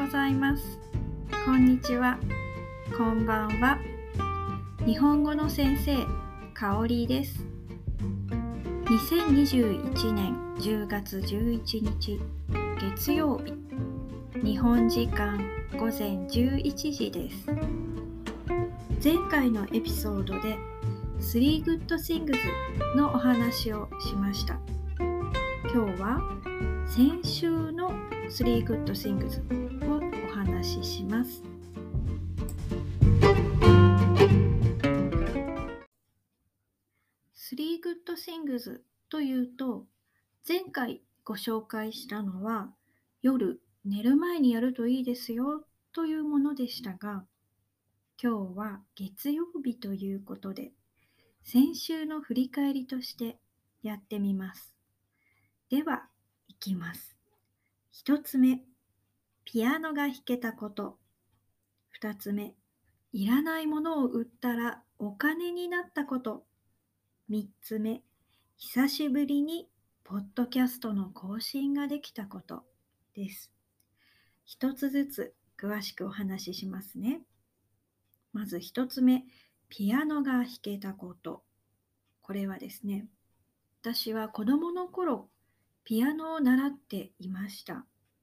ございます。こんにちは。こんばんは。日本語の先生、かおりです。2021年10月11日月曜日、日本時間午前11時です。前回のエピソードで3 Good Things のお話をしました。今日は先週の3 Good Things をお話しします。3 Good Things というと、前回ご紹介したのは夜寝る前にやるといいですよというものでしたが、今日は月曜日ということで先週の振り返りとしてやってみます。では、いきます。1つ目、ピアノが弾けたこと。2つ目、いらないものを売ったらお金になったこと。3つ目、久しぶりにポッドキャストの更新ができたことです。一つずつ詳しくお話ししますね。まず1つ目、ピアノが弾けたこと。これはですね、私は子供の頃、ピアノを習っていました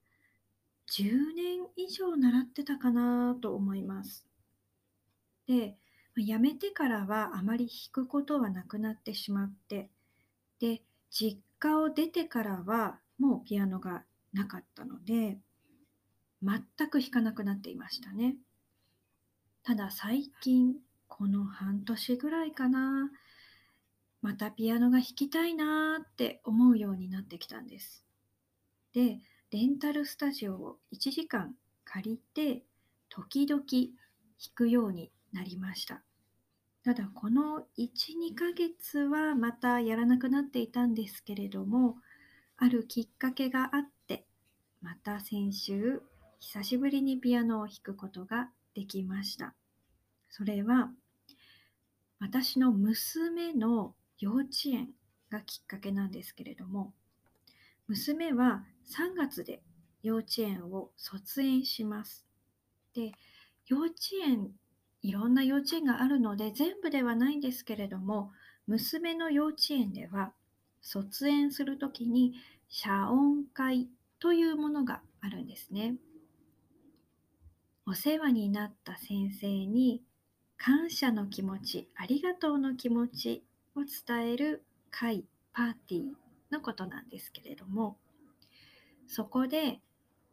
。10年以上習ってたかなと思います。で、辞めてからはあまり弾くことはなくなってしまって、で、実家を出てからはもうピアノがなかったので、全く弾かなくなっていましたね。ただ最近、この半年ぐらいかな、またピアノが弾きたいなって思うようになってきたんです。で、レンタルスタジオを1時間借りて、時々弾くようになりました。ただこの1、2ヶ月はまたやらなくなっていたんですけれども、あるきっかけがあって、また先週、久しぶりにピアノを弾くことができました。それは、私の娘の幼稚園がきっかけなんですけれども、娘は3月で幼稚園を卒園します。で、幼稚園、いろんな幼稚園があるので全部ではないんですけれども、娘の幼稚園では卒園するときに謝恩会というものがあるんですね。お世話になった先生に感謝の気持ち、ありがとうの気持ちを伝える会、パーティーのことなんですけれども、そこで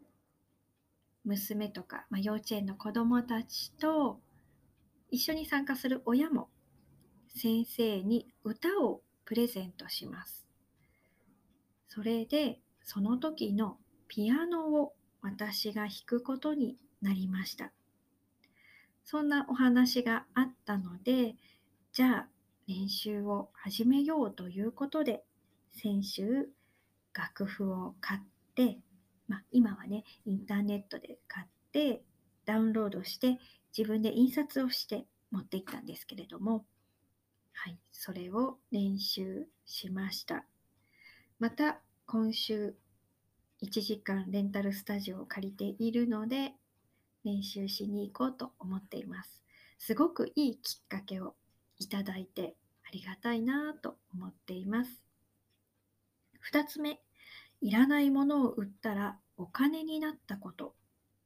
娘とか、幼稚園の子どもたちと一緒に参加する親も先生に歌をプレゼントします。それでその時のピアノを私が弾くことになりました。そんなお話があったので、じゃあ練習を始めようということで、先週楽譜を買って、今はね、インターネットで買ってダウンロードして自分で印刷をして持っていったんですけれども、はい、それを練習しました。また今週1時間レンタルスタジオを借りているので練習しに行こうと思っています。すごくいいきっかけをいただいてありがたいなと思っています。2つ目、いらないものを売ったらお金になったこと。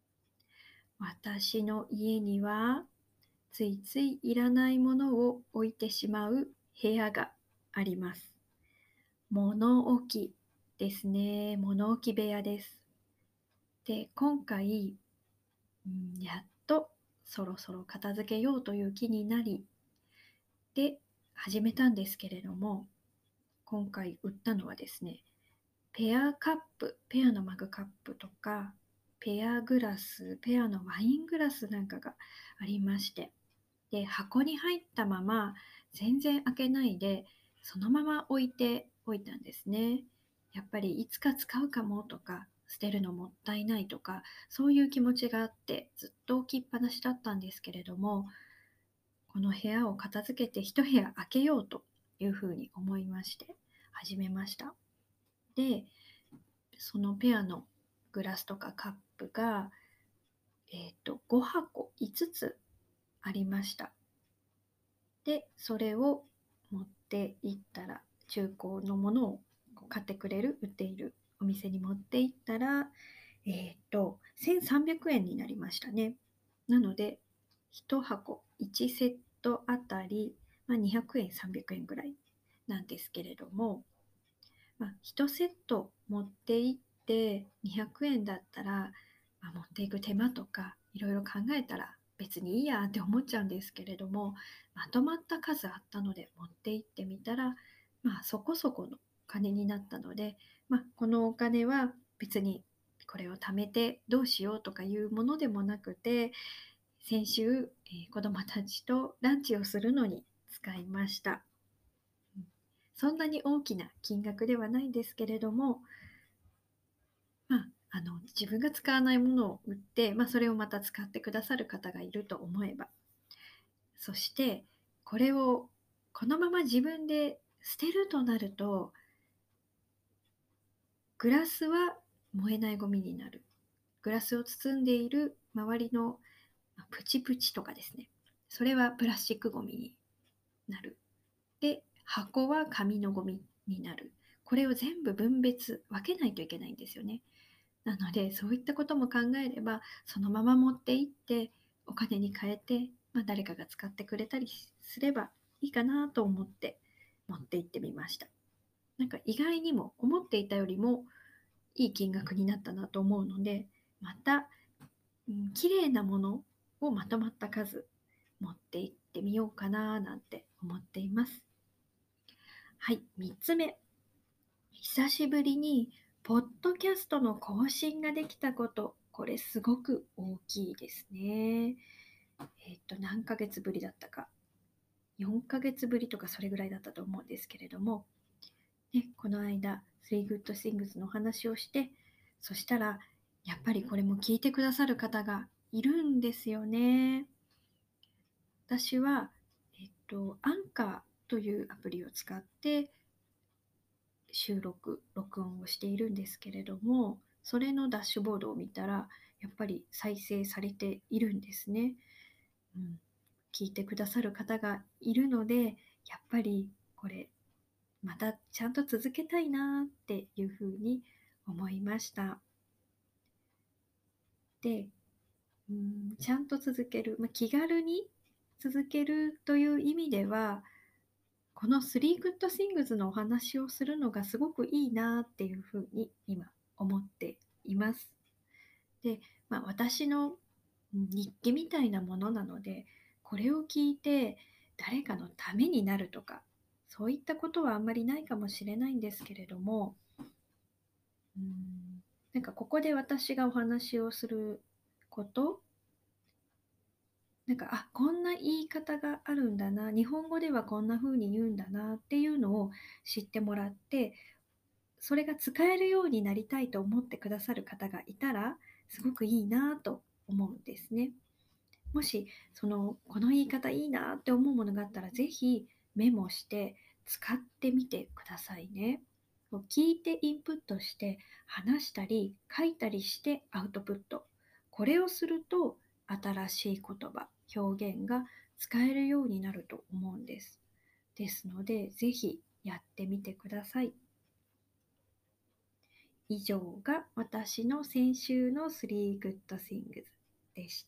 私の家にはついついいらないものを置いてしまう部屋があります。物置ですね。物置部屋です。で、今回、やっとそろそろ片付けようという気になり、で、始めたんですけれども、今回売ったのはですね、ペアカップ、ペアのマグカップとか、ペアグラス、ペアのワイングラスなんかがありまして、で、箱に入ったまま全然開けないで、そのまま置いておいたんですね。やっぱりいつか使うかもとか、捨てるのもったいないとか、そういう気持ちがあって、ずっと置きっぱなしだったんですけれども、この部屋を片付けて一部屋開けようというふうに思いまして始めました。で、そのペアのグラスとかカップが 5箱5つありました。で、それを持って行ったら、中古のものを買ってくれる、売っているお店に持って行ったら、1300円になりましたね。なので、1箱1セットあたり、200円、300円ぐらいなんですけれども、1セット持って行って200円だったら、持っていく手間とかいろいろ考えたら別にいいやって思っちゃうんですけれども、まとまった数あったので持って行ってみたら、そこそこのお金になったので、このお金は別にこれを貯めてどうしようとかいうものでもなくて、先週、子どもたちとランチをするのに使いました。そんなに大きな金額ではないんですけれども、自分が使わないものを売って、それをまた使ってくださる方がいると思えば、そしてこれをこのまま自分で捨てるとなると、グラスは燃えないゴミになる。グラスを包んでいる周りのプチプチとかですね、それはプラスチックゴミになる。で、箱は紙のゴミになる。これを全部分別、分けないといけないんですよね。なので、そういったことも考えれば、そのまま持って行って、お金に換えて、誰かが使ってくれたりすればいいかなと思って持って行ってみました。なんか意外にも思っていたよりもいい金額になったなと思うので、また、綺麗なものをまとまった数持って行ってみようかななんて思っています。はい、3つ目。久しぶりにポッドキャストの更新ができたこと、これすごく大きいですね。何ヶ月ぶりだったか、4ヶ月ぶりとかそれぐらいだったと思うんですけれども、この間、Three Good Things のお話をして、そしたら、やっぱりこれも聞いてくださる方がいるんですよね。私は、アンカーというアプリを使って、録音をしているんですけれども、それのダッシュボードを見たら、やっぱり再生されているんですね。聞いてくださる方がいるので、やっぱりこれ、またちゃんと続けたいなっていうふうに思いました。で、ちゃんと続ける、気軽に続けるという意味では、この3 Good Things のお話をするのがすごくいいなっていうふうに今思っています。で、私の日記みたいなものなので、これを聞いて誰かのためになるとか、そういったことはあんまりないかもしれないんですけれども、なんかここで私がお話をすること、なんか、こんな言い方があるんだな、日本語ではこんな風に言うんだなっていうのを知ってもらって、それが使えるようになりたいと思ってくださる方がいたら、すごくいいなと思うんですね。もし、この言い方いいなって思うものがあったら、ぜひメモして使ってみてくださいね。聞いてインプットして話したり書いたりしてアウトプット。これをすると新しい言葉、表現が使えるようになると思うんです。ですので、ぜひやってみてください。以上が私の先週の3 Good Things でした。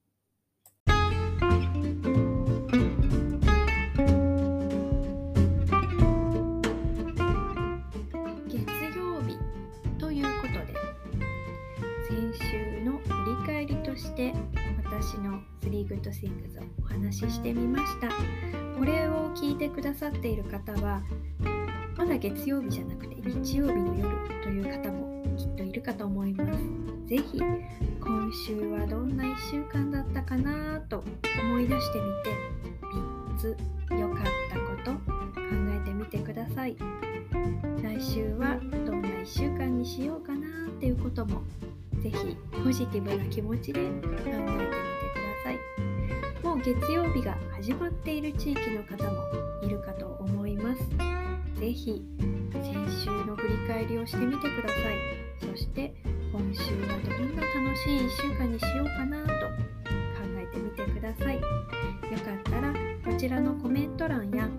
月曜日ということで、先週の振り返りとして私の3 Good Things をお話ししてみました。これを聞いてくださっている方は、まだ月曜日じゃなくて日曜日の夜という方もきっといるかと思います。ぜひ今週はどんな1週間だったかなと思い出してみて、3つ良かったこと考えてみてください。来週はどんな1週間にしようかなっていうことも、ぜひポジティブな気持ちで考えてみてください。もう月曜日が始まっている地域の方もいるかと思います。ぜひ先週の振り返りをしてみてください。そして今週はどんな楽しい1週間にしようかなと考えてみてください。よかったらこちらのコメント欄や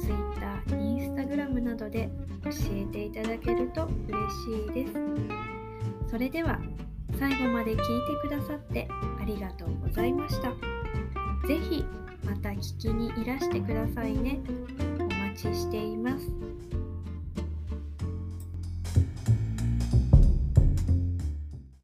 Twitter、Instagram などで教えていただけると嬉しいです。それでは最後まで聞いてくださってありがとうございました。ぜひまた聞きにいらしてくださいね。お待ちしています。